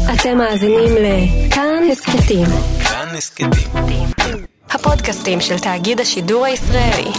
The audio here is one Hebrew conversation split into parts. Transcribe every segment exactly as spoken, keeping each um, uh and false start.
אתם מאזינים לכאן הסקטים. כאן הסקטים. הפודקאסטים של תאגיד השידור הישראלי.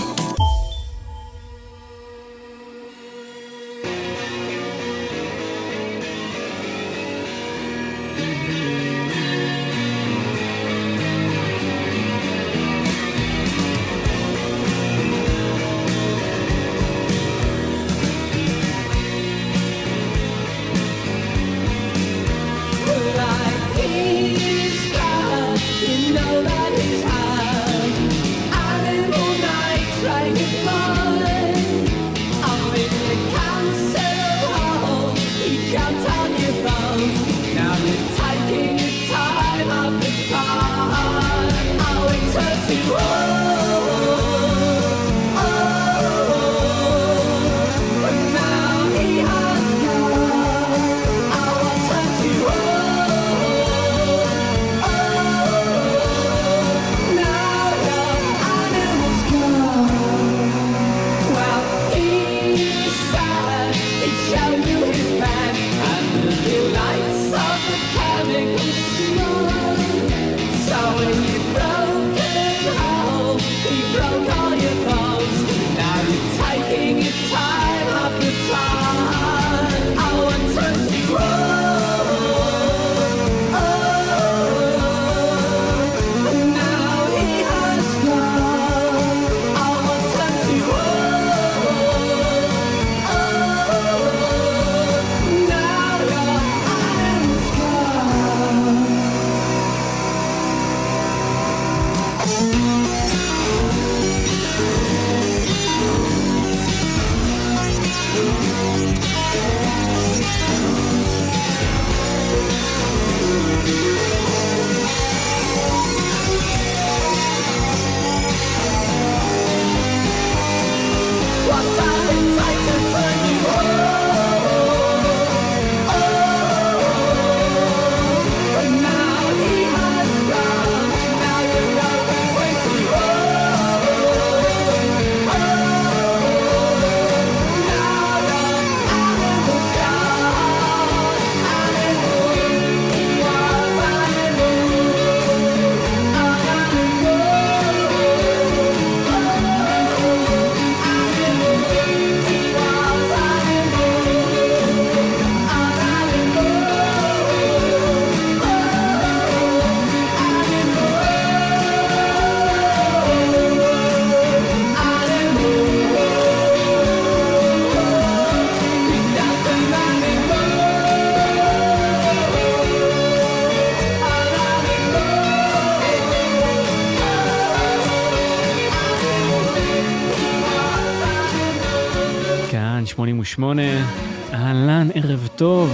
שמונים ושמונה, אהלן, ערב טוב.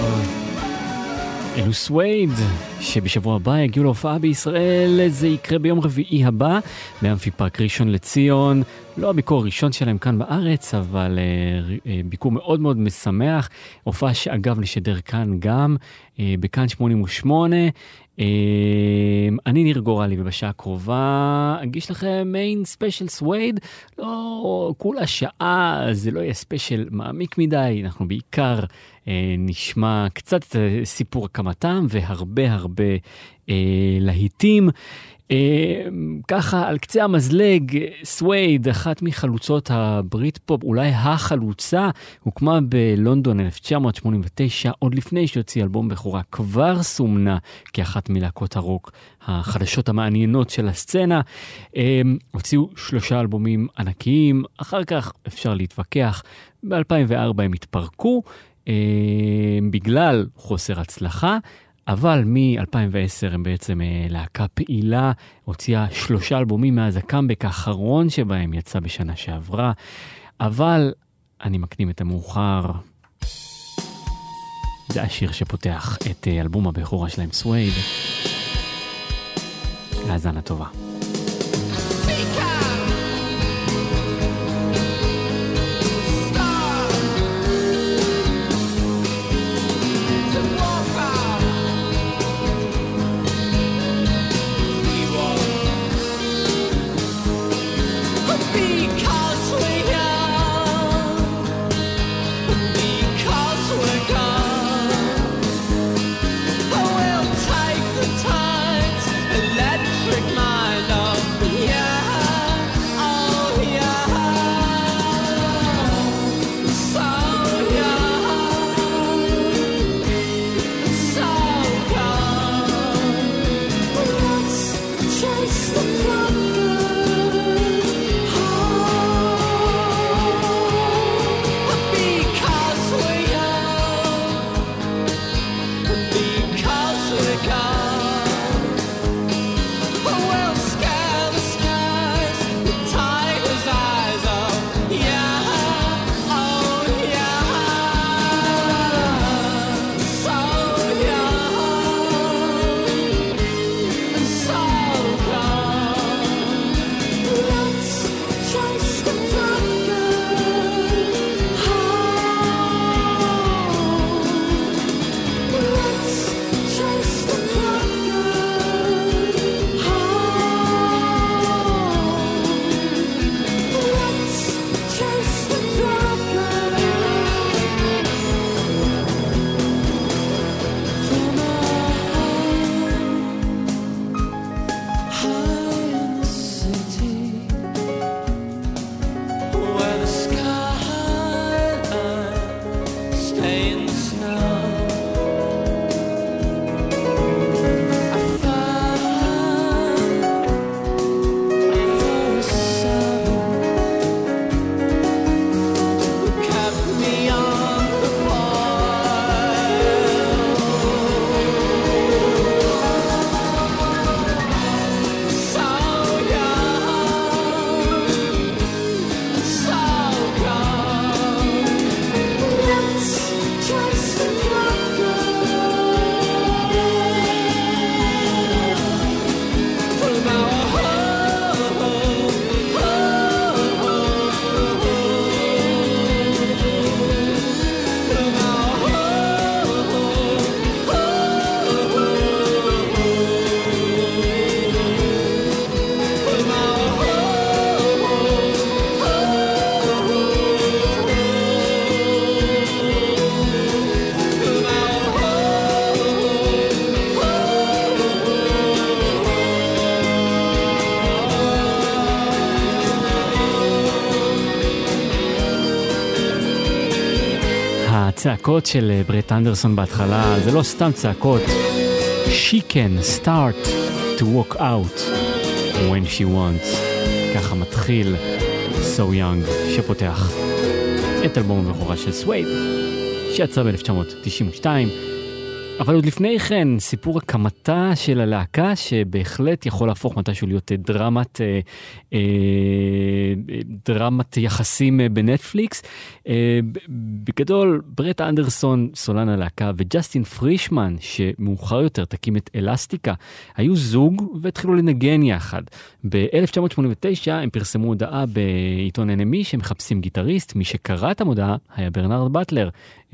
אלו סווייד, שבשבוע הבא יגיעו להופעה בישראל. זה יקרה ביום רביעי הבא, באמפי פארק ראשון לציון. לא הביקור הראשון שלהם כאן בארץ, אבל uh, ביקור מאוד מאוד משמח. הופעה שאגב לשדר כאן גם, uh, בכאן שמונים ושמונה. Uh, אני ניר גורלי, ובשעה הקרובה אגיש לכם מיין ספיישל סווייד. לא כולה שעה, זה לא יהיה ספיישל מעמיק מדי. אנחנו בעיקר uh, נשמע קצת את סיפור הקמתם, והרבה הרבה uh, להיטים. Uh, ככה על קצה המזלג, סווייד, אחת מחלוצות הברית פופ, אולי החלוצה, הוקמה בלונדון אלף תשע מאות שמונים ותשע, עוד לפני שהוציא אלבום בכורה, כבר סומנה כאחת מלהקות הרוק החדשות המעניינות של הסצנה. uh, הוציאו שלושה אלבומים ענקיים, אחר כך אפשר להתווכח, ב-אלפיים וארבע הם התפרקו uh, בגלל חוסר הצלחה, אבל מ-אלפיים ועשר הם בעצם להקה פעילה, הוציאה שלושה אלבומים מאז הקאמבק האחרון שבהם יצא בשנה שעברה, אבל אני מקדים את המאוחר. זה השיר שפותח את אלבום הבכורה שלהם, סווייד. האזנה טובה. Oh, well. הצעקות של ברט אנדרסון בהתחלה, זה לא סתם צעקות. She can start to walk out when she wants. ככה מתחיל So Young, שפותח את אלבום הבכורה של סווייד, שיצא ב-אלף תשע מאות תשעים ושתיים. אבל עוד לפני כן, סיפור הקמתה של הלהקה, שבהחלט יכול להפוך מתישהו להיות דרמת, אה, אה, דרמת יחסים בנטפליקס. אה, בגדול, ברט אנדרסון, סולן הלהקה, וג'סטין פרישמן, שמאוחר יותר תקים את אלסטיקה, היו זוג והתחילו לנגן יחד. ב-אלף תשע מאות שמונים ותשע הם פרסמו הודעה בעיתון אן אם אי שמחפשים גיטריסט. מי שקרא את המודעה היה ברנרד באטלר,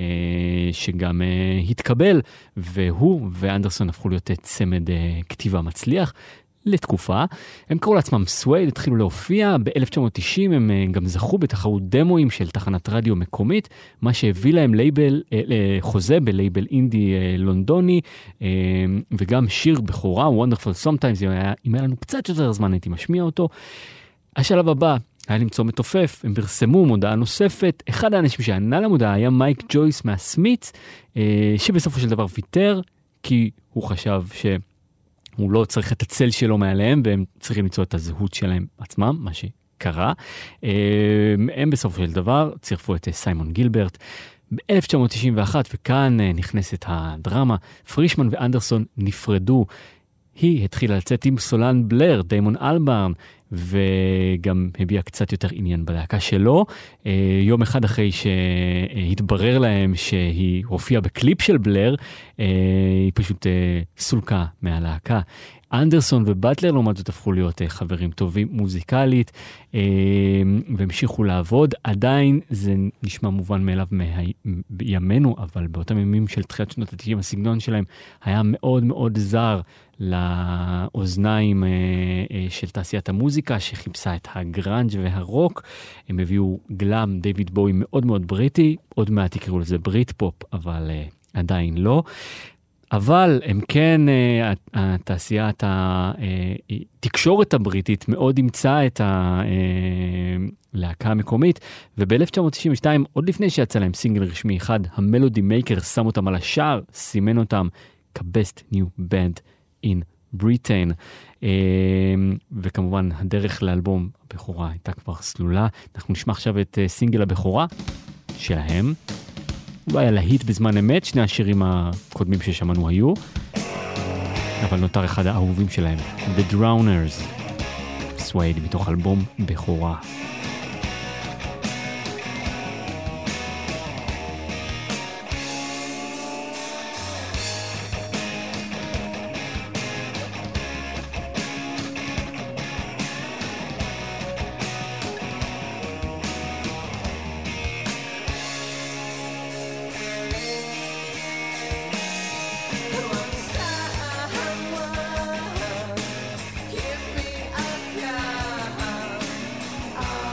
שגם התקבל, והוא ואנדרסון הפכו להיות צמד כתיבה מצליח לתקופה. הם קראו לעצמם סווייד, התחילו להופיע. ב-אלף תשע מאות תשעים הם גם זכו בתחרות דמוים של תחנת רדיו מקומית, מה שהביא להם לייבל, חוזה בלייבל אינדי לונדוני, וגם שיר בכורה, Wonderful Sometimes. אם היה לנו קצת יותר זמן הייתי משמיע אותו. השלב הבא היה למצוא מתופף, הם פרסמו מודעה נוספת. אחד האנשים שענה למודעה היה מייק ג'ויס מהסמיץ, שבסופו של דבר ויתר, כי הוא חשב שהוא לא צריך את הצל שלו מעליהם, והם צריכים למצוא את הזהות שלהם עצמם, מה שקרה. הם בסופו של דבר צירפו את סיימון גילברט. ב-אלף תשע מאות תשעים ואחת, וכאן נכנסת הדרמה, פרישמן ואנדרסון נפרדו. היא התחילה לצאת עם סולן בלר, דיימון אלברן, וגם הביע קצת יותר עניין בלהקה שלו. יום אחד אחרי שהתברר להם שהיא הופיעה בקליפ של בלר, היא פשוט סולקה מהלהקה. אנדרסון ובטלר לעומת זאת הפכו להיות חברים טובים מוזיקלית, והמשיכו לעבוד. עדיין זה נשמע מובן מאליו בימינו, אבל באותם ימים של תחילת שנות ה-תשעים הסגנון שלהם היה מאוד מאוד זר לאוזניים של תעשיית המוזיקה שחיפשה את הגרנג' והרוק. הם הביאו גלם, דיוויד בוי מאוד מאוד בריטי, עוד מעט יקראו לזה בריט פופ, אבל עדיין לא. אבל הם כן, התעשיית התקשורת הבריטית מאוד אימצה את הלהקה המקומית, וב-אלף תשע מאות תשעים ושתיים, עוד לפני שיצא להם סינגל רשמי אחד, המלודי מייקר שם אותם על השער, סימן אותם כ-Best New Band in Britain, וכמובן הדרך לאלבום הבכורה הייתה כבר סלולה. אנחנו נשמע עכשיו את סינגל הבכורה שלהם. הוא היה להיט בזמן אמת, שני השירים הקודמים ששמענו היו, אבל נותר אחד האהובים שלהם, The Drowners, סווייד, מתוך אלבום בכורה. Give me a gun.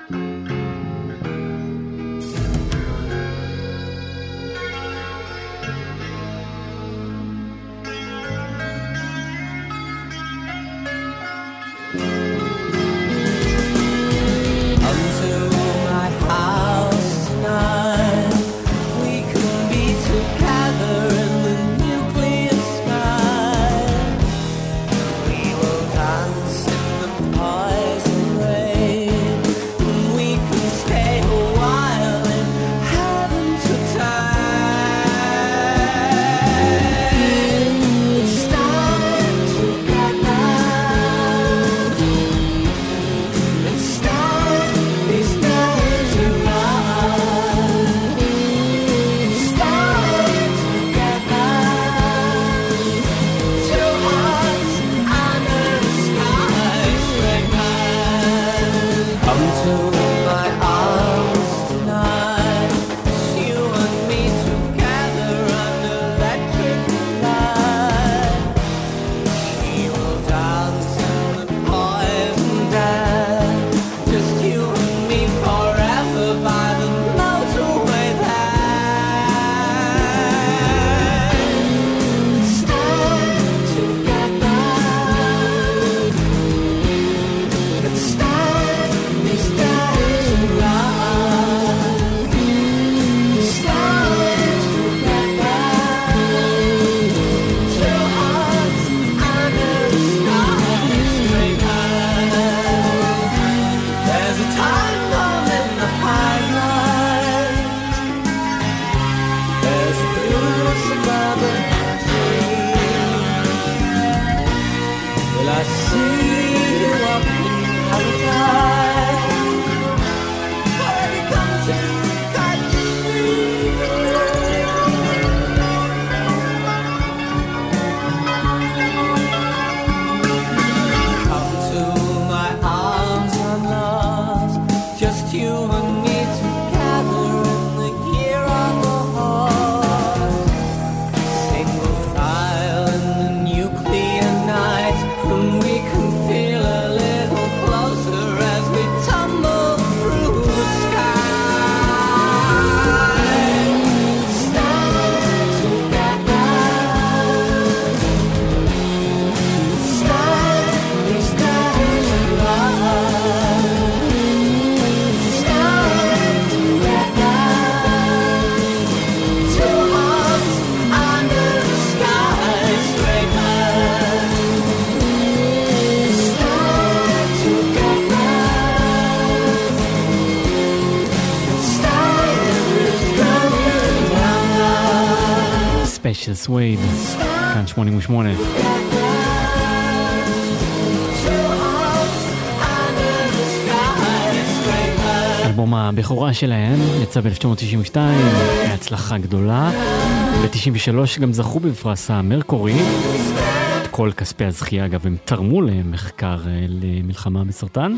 של סווייד, כאן שמונים ושמונה. אלבום הבכורה שלהם יצא ב-אלף תשע מאות תשעים ושתיים, היה הצלחה גדולה. ב-תשעים ושלוש גם זכו בפרס המרקורי. את כל כספי הזכייה, אגב, הם תרמו למחקר למלחמה בסרטן.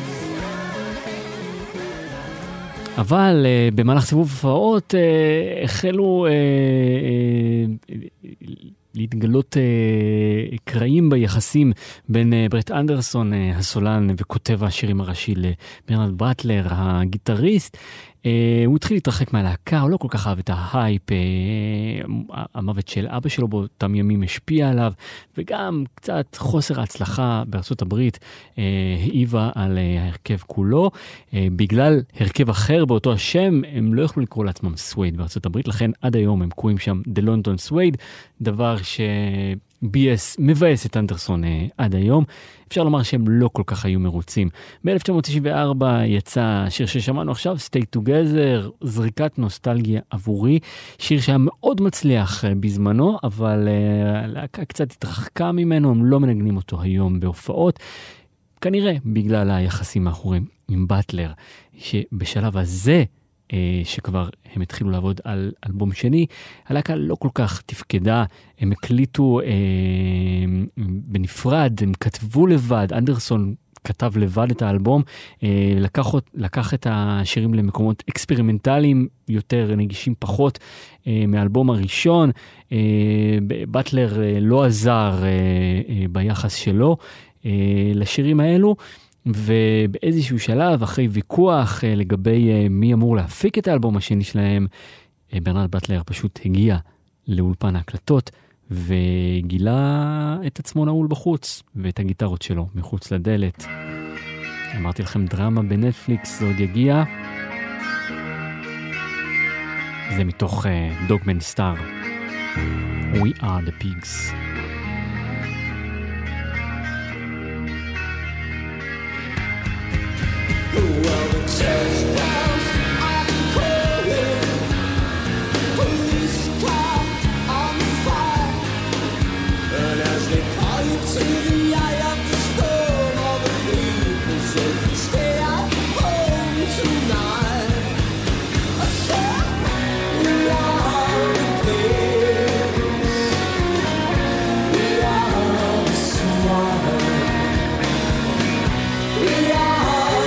אבל uh, במהלך סיבוב הופעות uh, החלו uh, uh, להתגלות uh, קרעים ביחסים בין uh, ברט אנדרסון, uh, הסולן וכותב השירים הראשי, לברנרד ברטלר, הגיטריסט. Uh, הוא התחיל להתרחק מהלהקה, הוא לא כל כך אהב את ההייפ, uh, המוות של אבא שלו באותם ימים השפיע עליו, וגם קצת חוסר ההצלחה בארצות הברית uh, העיבה על uh, ההרכב כולו. Uh, בגלל הרכב אחר באותו השם, הם לא יכלו לקרוא לעצמם סווייד בארצות הברית, לכן עד היום הם קוראים שם The London Suede, דבר ש-בי אס מבאס את אנדרסון uh, עד היום. אפשר לומר שהם לא כל כך היו מרוצים. ב-אלף תשע מאות תשעים וארבע יצא השיר ששמענו עכשיו, Stay Together, זריקת נוסטלגיה עבורי, שיר שהיה מאוד מצליח בזמנו, אבל הלהקה קצת התרחקה ממנו, הם לא מנגנים אותו היום בהופעות, כנראה בגלל היחסים האחורים עם באטלר, שבשלב הזה, שכבר הם התחילו לעבוד על אלבום שני, הלהקה לא כל כך תפקדה, הם הקליטו אה, בנפרד, הם כתבו לבד, אנדרסון כתב לבד את האלבום, אה, לקח, לקח את השירים למקומות אקספרימנטליים, יותר נגישים פחות אה, מהאלבום הראשון, אה, באטלר אה, לא עזר אה, אה, ביחס שלו אה, לשירים האלו, ובאיזשהו שלב, אחרי ויכוח לגבי מי אמור להפיק את האלבום השני שלהם, ברנרד באטלר פשוט הגיע לאולפן ההקלטות, וגילה את עצמו נעול בחוץ, ואת הגיטרות שלו מחוץ לדלת. אמרתי לכם דרמה בנטפליקס, זה עוד יגיע. זה מתוך דוגמן סטאר. We are the pigs. Well, the church bells are calling, police car on fire, and as they call you to the eye of the storm, all the people say, stay at home tonight. I said, we are the pigs, we are the swine, we are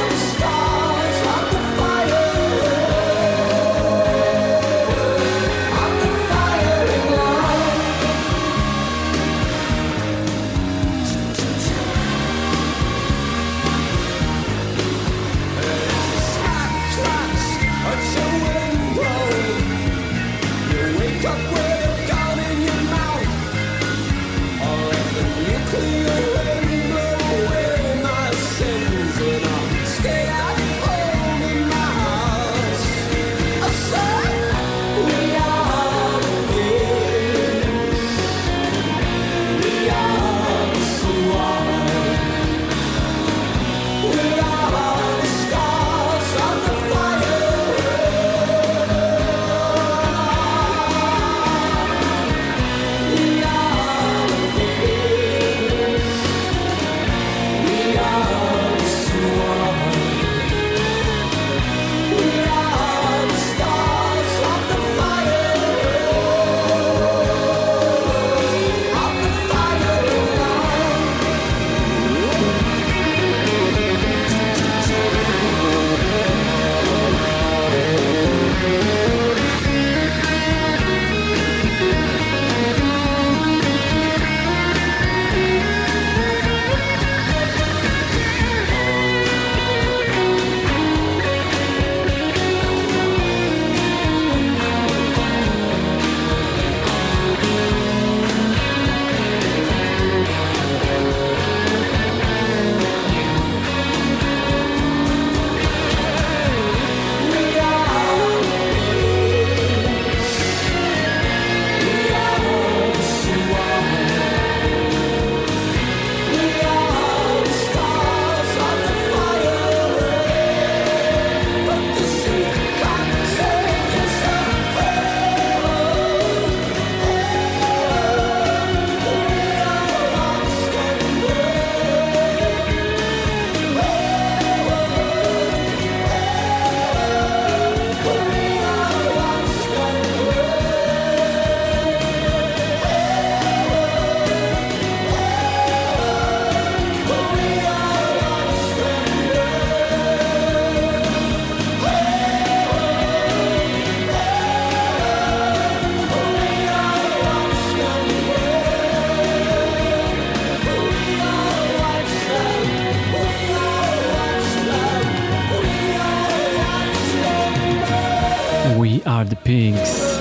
the Pigs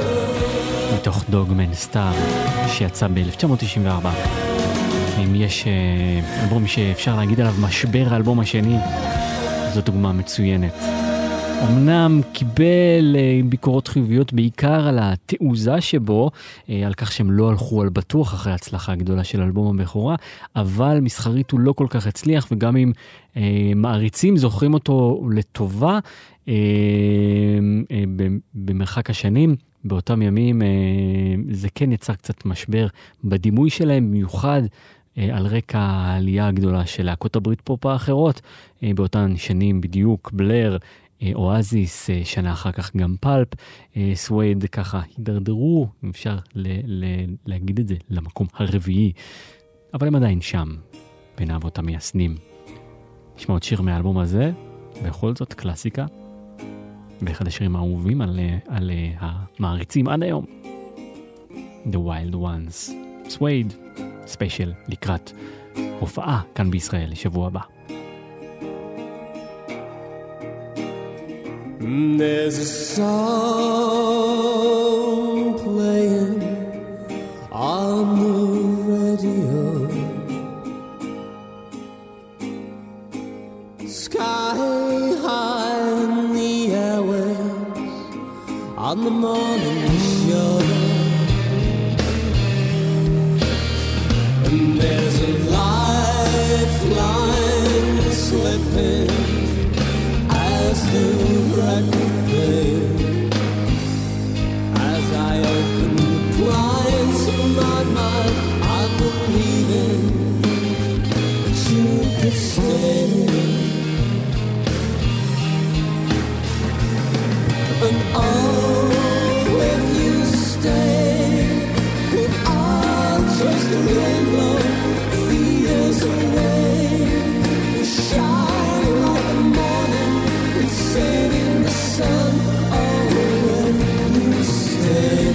מתוך דוגמן סטאר שיצא ב-אלף תשע מאות תשעים וארבע. אם יש אלבום שאפשר להגיד עליו משבר האלבום השני, זו דוגמה מצוינת. אמנם קיבל ביקורות חיוביות בעיקר על התעוזה שבו, על כך שהם לא הלכו על בטוח אחרי ההצלחה הגדולה של אלבום הבכורה, אבל מסחרית הוא לא כל כך הצליח, וגם אם מעריצים זוכרים אותו לטובה, במרחק השנים, באותם ימים זה כן יצר קצת משבר בדימוי שלהם, במיוחד על רקע העלייה הגדולה של להקות הברית פופ האחרות, באותן שנים בדיוק, בלר, אואזיס, שנה אחר כך גם פלפ, סווייד ככה הידרדרו, אם אפשר ל- ל- להגיד את זה, למקום הרביעי, אבל הם עדיין שם, בין האבות המייסדים. נשמע עוד שיר מהאלבום הזה, בכל זאת קלאסיקה, ואחד השירים האהובים על, על המעריצים עד היום. The Wild Ones, סווייד, ספיישל לקראת הופעה כאן בישראל לשבוע הבא. There's a song playing on the radio. Sky high in the airwaves on the morning show. And there's a lifeline slipping as the record plays. As I open the blinds of my mind, I'm believing that you could stay. And oh, if you stay, if I'll chase the rainbow fears away, we'll shine like the morning and sing in the sun. Oh, if you stay,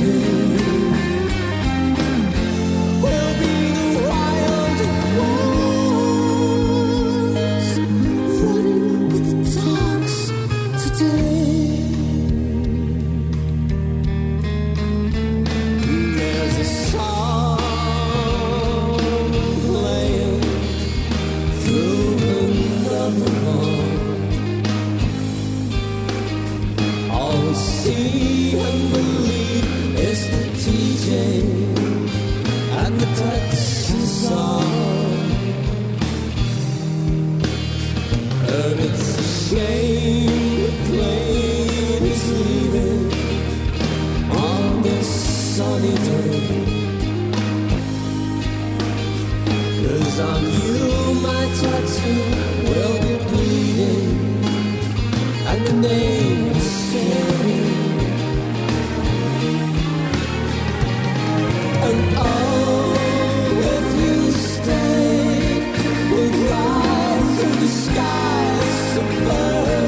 we'll be the wild ones running with the dogs today. See and believe it's the D J and the text the song. And it's a shame the plane is leaving on this sunny day. 'Cause on you my tattoo will be bleeding and the name will stay. And oh, if you stay, we'll fly through the skies above.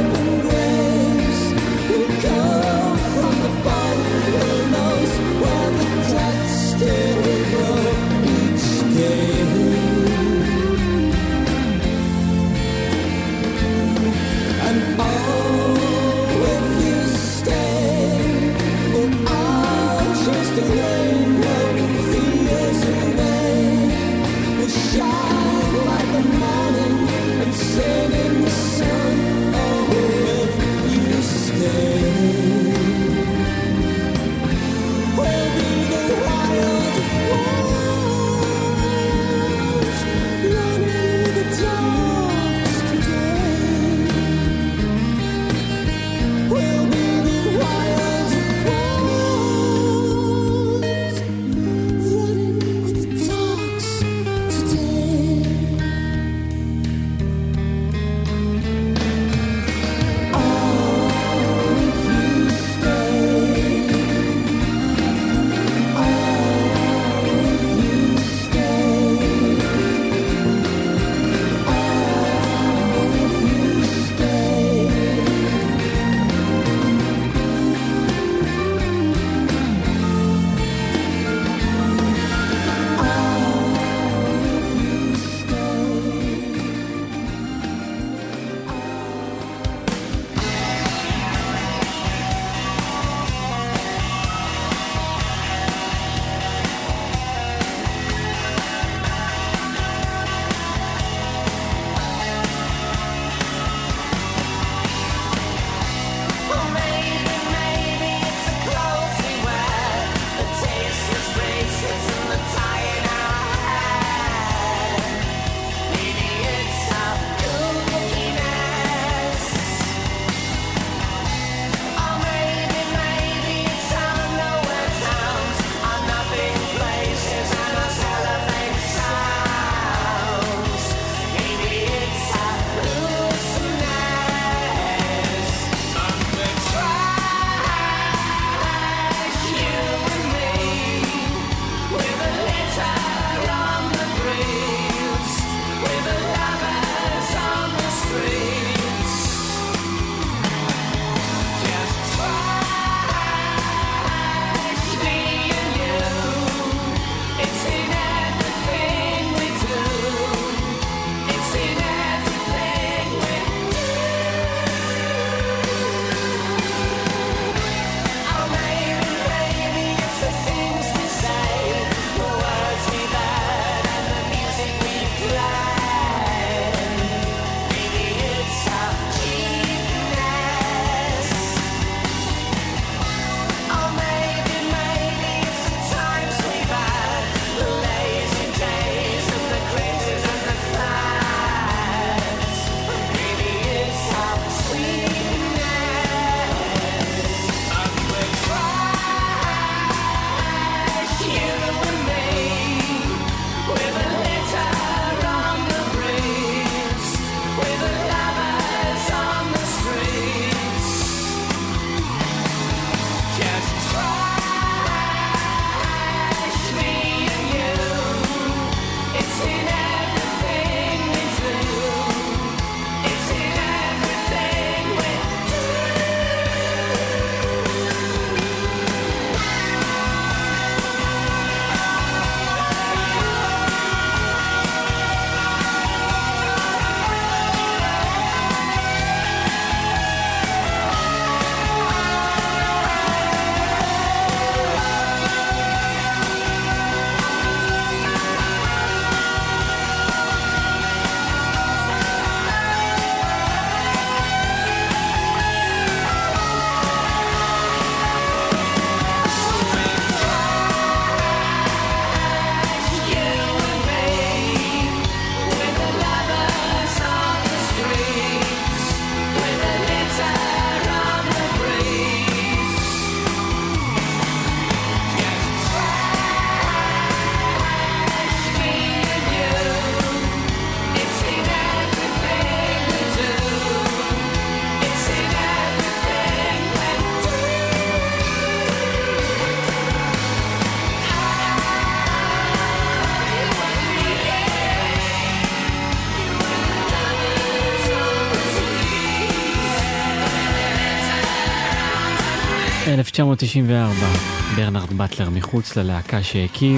אלף תשע מאות תשעים וארבע, ברנרד באטלר מחוץ ללהקה שהקים.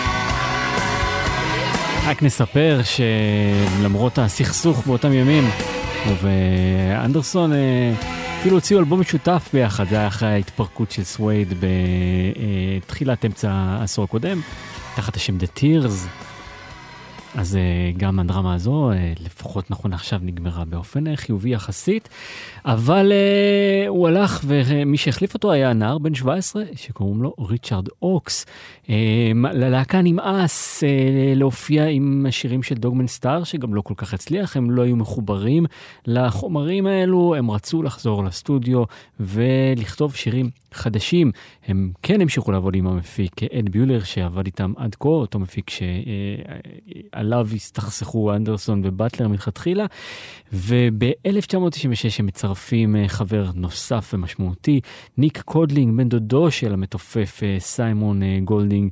רק נספר שלמרות הסכסוך באותם ימים, ואנדרסון אפילו הוציאו אלבום משותף ביחד, זה היה אחרי ההתפרקות של סווייד בתחילת אמצע העשור הקודם, תחת השם The Tears. אז גם הדרמה הזו, לפחות נכון עכשיו, נגמרה באופן חיובי יחסית, אבל uh, הוא הלך, ומי שהחליף אותו היה נער בן שבע עשרה, שקוראים לו ריצ'רד אוקס. Uh, ללהקה נמאס uh, להופיע עם השירים של דוגמן סטאר, שגם לא כל כך הצליח, הם לא היו מחוברים לחומרים האלו, הם רצו לחזור לסטודיו ולכתוב שירים חדשים. הם כן המשיכו לעבוד עם המפיק אד ביולר, שעבד איתם עד כה, אותו מפיק שעליו הסתכסכו אנדרסון ובטלר מתחילה, וב-אלף תשע מאות תשעים ושש הם מצרפים חבר נוסף ומשמעותי, ניק קודלינג, בן דודו של המתופף סיימון גולדינג,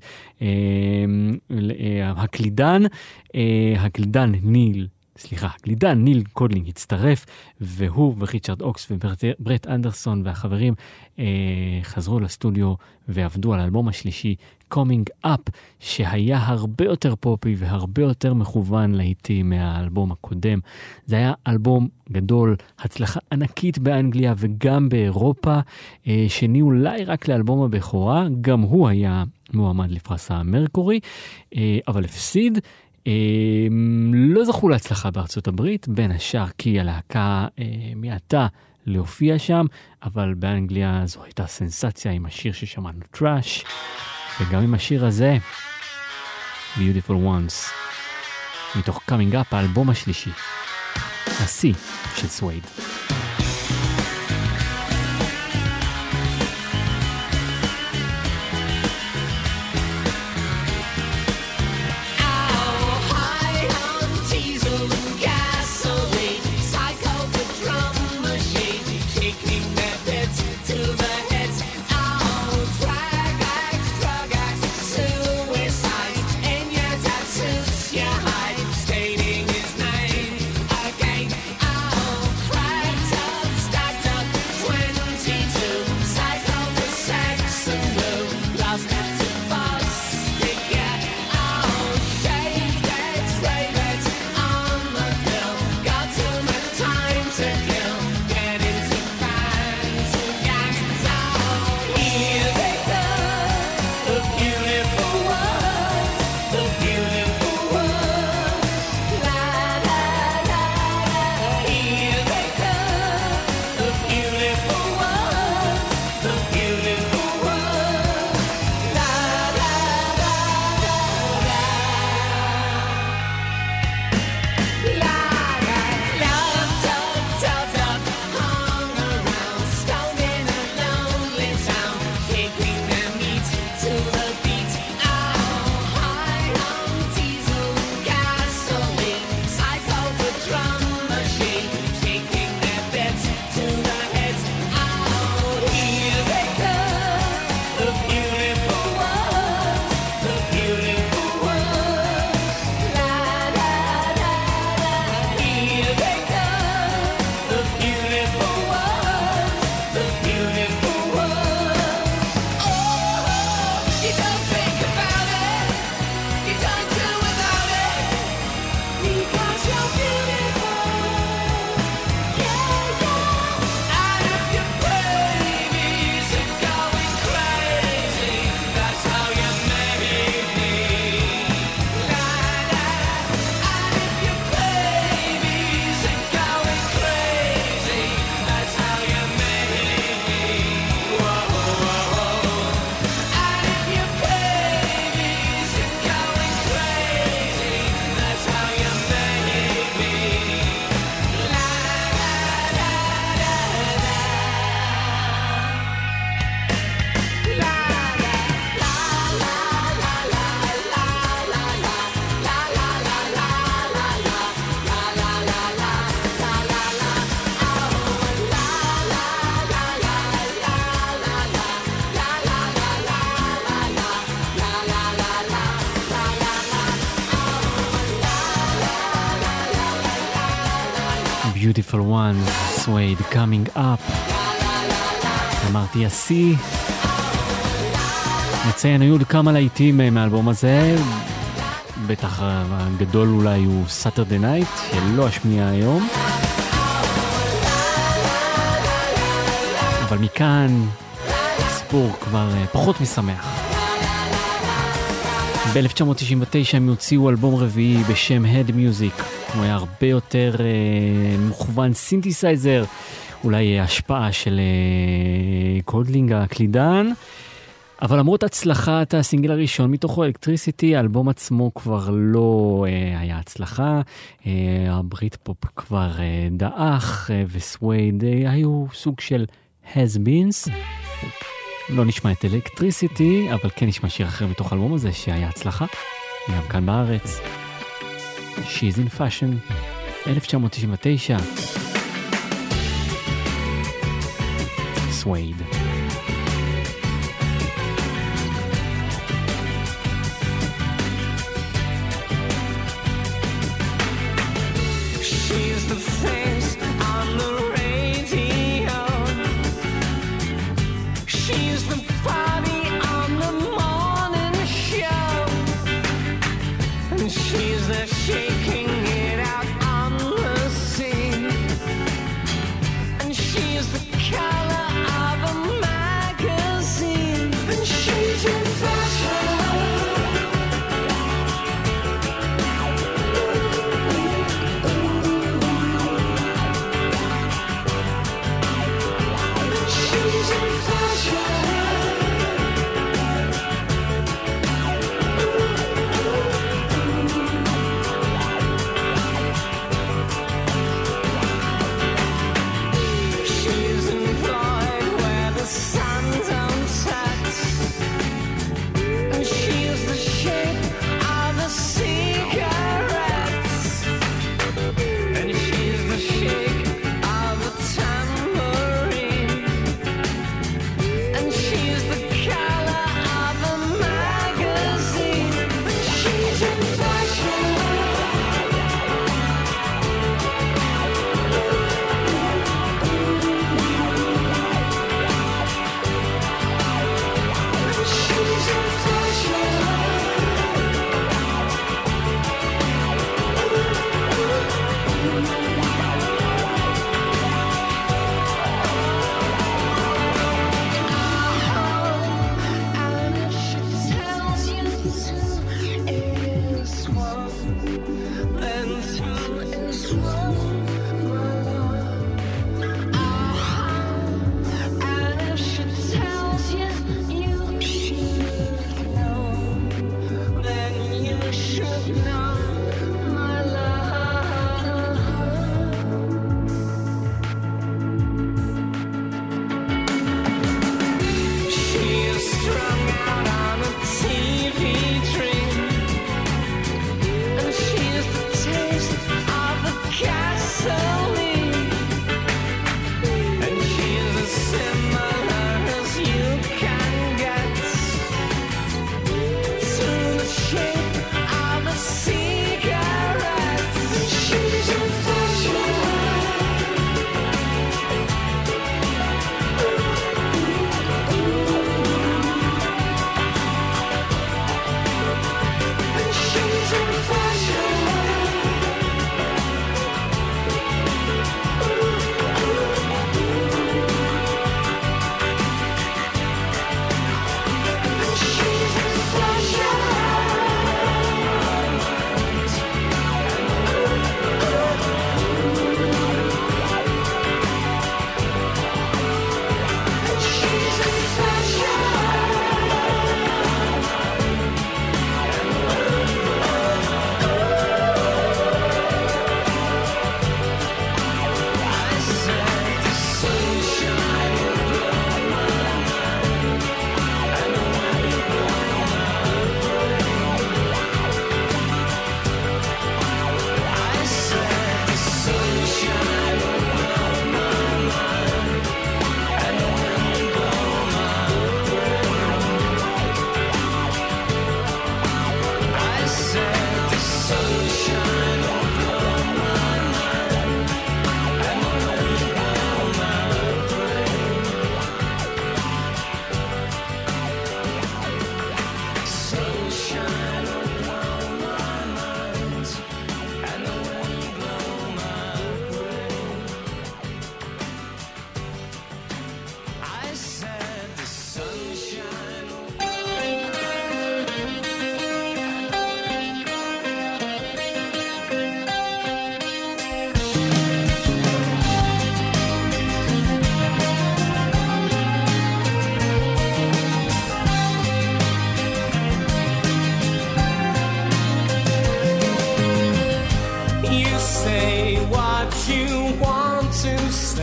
הקלידן, הקלידן ניל, סליחה, הקלידן ניל קודלינג הצטרף, והוא וריצ'רד אוקס וברט אנדרסון והחברים אה, חזרו לסטודיו ועבדו על האלבום השלישי, Coming Up, שהיה הרבה יותר פופי והרבה יותר מכוון להיטים מהאלבום הקודם. זה היה אלבום גדול, הצלחה ענקית באנגליה וגם באירופה, אה, שני אולי רק לאלבום הבכורה, גם הוא היה מועמד לפרס המרקורי, אה, אבל הפסיד. לא זכו להצלחה בארצות הברית, בין השאר כי הלהקה מעטה להופיע שם, אבל באנגליה זו הייתה סנסציה עם השיר ששמענו, טראש, וגם עם השיר הזה, Beautiful Ones, מתוך Coming Up, האלבום השלישי, השיא של סווייד. Beautiful Ones, Suede, Coming Up. אמרתי השיא. נציין, היו כמה להיטים מהאלבום הזה, בטח הגדול אולי הוא Saturday Night, שלא אשמיע היום. אבל מכאן סיפור כבר פחות משמח. ב-אלף תשע מאות תשעים ותשע הם הוציאו אלבום רביעי בשם Head Music. הוא היה הרבה יותר אה, מוכוון סינתסייזר, אולי השפעה של אה, קודלינג הקלידן. אבל למרות הצלחת הסינגל הראשון מתוכו, אלקטריסיטי, האלבום עצמו כבר לא אה, היה הצלחה. אה, הבריט פופ כבר אה, דאח, אה, וסווייד אה, היו סוג של has beens. לא נשמע את אלקטריסיטי, אבל כן נשמע שיר אחר מתוך האלבום הזה שהיה הצלחה, גם כאן בארץ. She's in Fashion, אלף תשע מאות תשעים ותשע. סווייד. She's in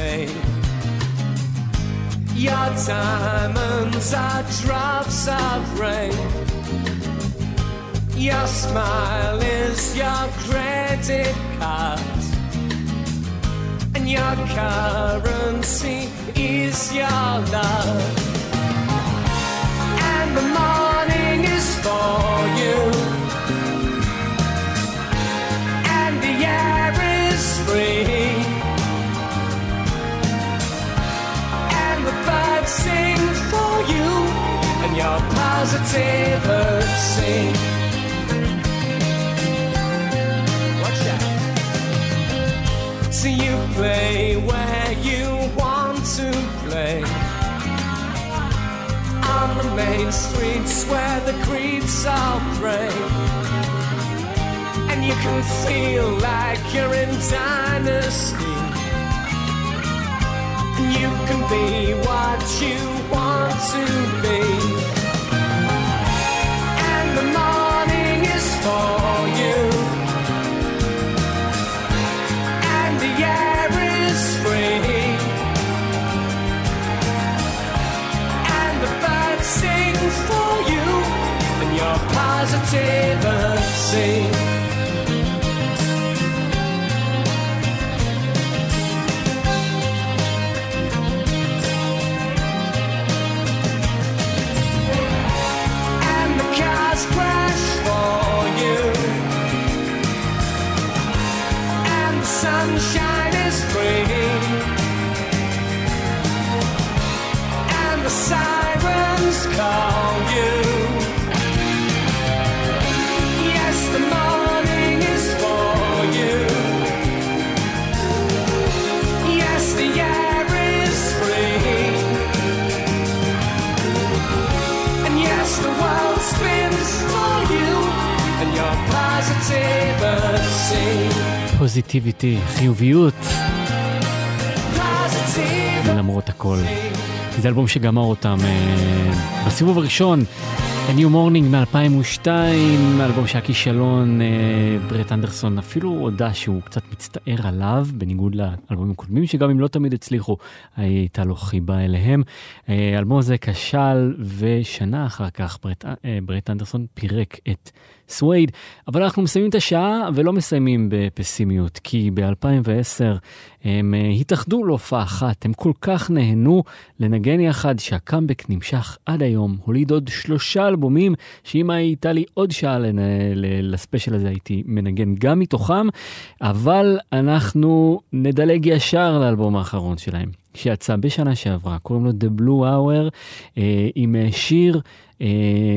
fade. Your diamonds are drops of rain. Your smile is your credit card, and your currency is your love. And the morning is for you, and the air is free, and the birds sing for you, and your positivity. Watch that. So you play where you want to play, on the main streets where the creeps all pray, and you can feel like you're in dynasty, and you can be what you want to be. And the morning is for you, and the air is free, and the birds sing for you, and your positivity. And the cars crash for you, and the sunshine is free, and the sirens call you. Yes, the morning is for you. Yes, the air is free, and yes, the world spins for you, and your positivity. פוזיטיביטי, חיוביות, Positivity. למרות הכל. זה אלבום שגמר אותם אה, בסיבוב הראשון, A New Morning מ-אלפיים ושתיים, אלבום שהיה כישלון. אה, ברט אנדרסון אפילו הודע שהוא קצת מצטער עליו, בניגוד לאלבומים הקודמים שגם אם לא תמיד הצליחו, הייתה לו חיבה אליהם. אה, אלבום הזה כשל, ושנה אחר כך ברט, אה, ברט אנדרסון פירק את סווייד. אבל אנחנו מסיימים את השעה ולא מסיימים בפסימיות, כי ב-אלפיים ועשר הם התאחדו להופעה אחת, הם כל כך נהנו לנגן יחד שהקאמבק נמשך עד היום, הוליד עוד שלושה אלבומים, שאם הייתה לי עוד שעה לספיישל הזה הייתי מנגן גם מתוכם, אבל אנחנו נדלג ישר לאלבום האחרון שלהם, שיצא בשנה שעברה, קוראים לו The Blue Hour, אה, עם שיר אה,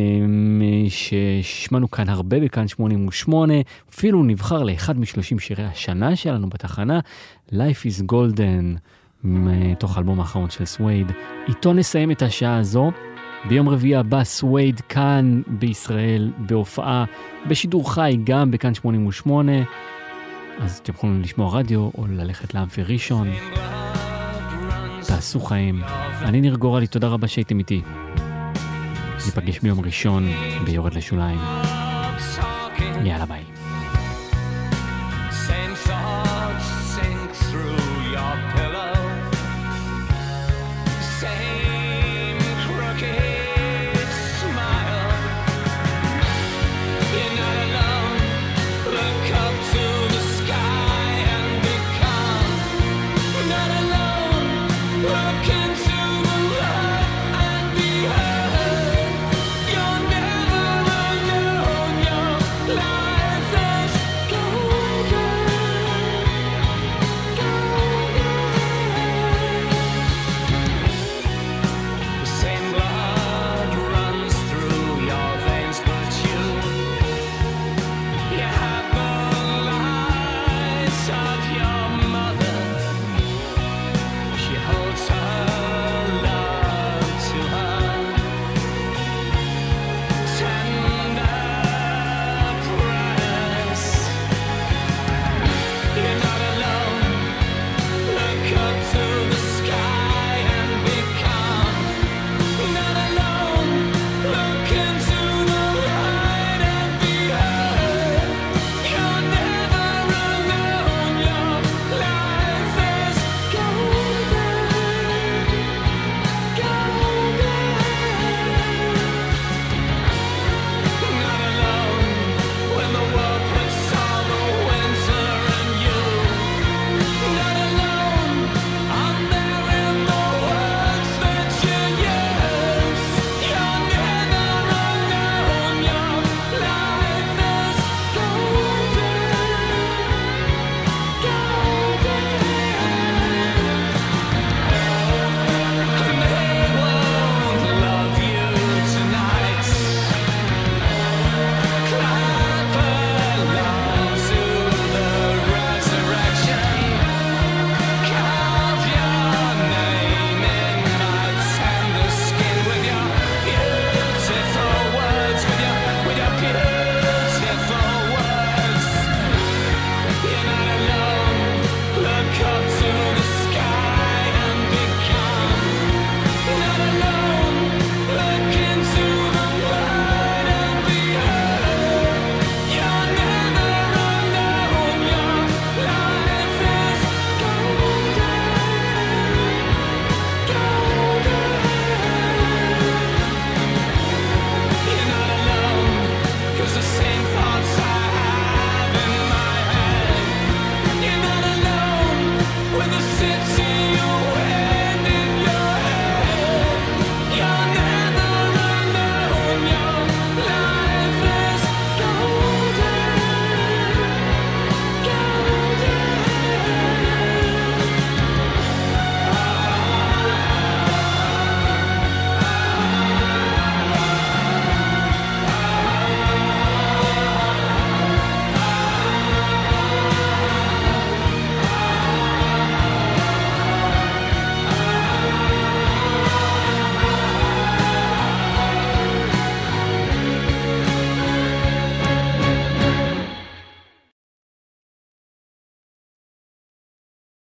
ששמענו כאן הרבה בכאן שמונים ושמונה, אפילו נבחר לאחד משלושים שירי השנה שלנו בתחנה, Life is Golden, מתוך האלבום האחרון של סווייד. איתו נסיים את השעה הזו. ביום רביעי הבא סווייד כאן בישראל בהופעה בשידור חי גם בכאן שמונים ושמונה, אז אתם יכולים לשמוע רדיו או ללכת לאמפי ראשון. תעשו חיים. אני ניר גורלי, תודה רבה שהייתם איתי. ניפגש ביום ראשון ביורד לשוליים. יאללה ביי.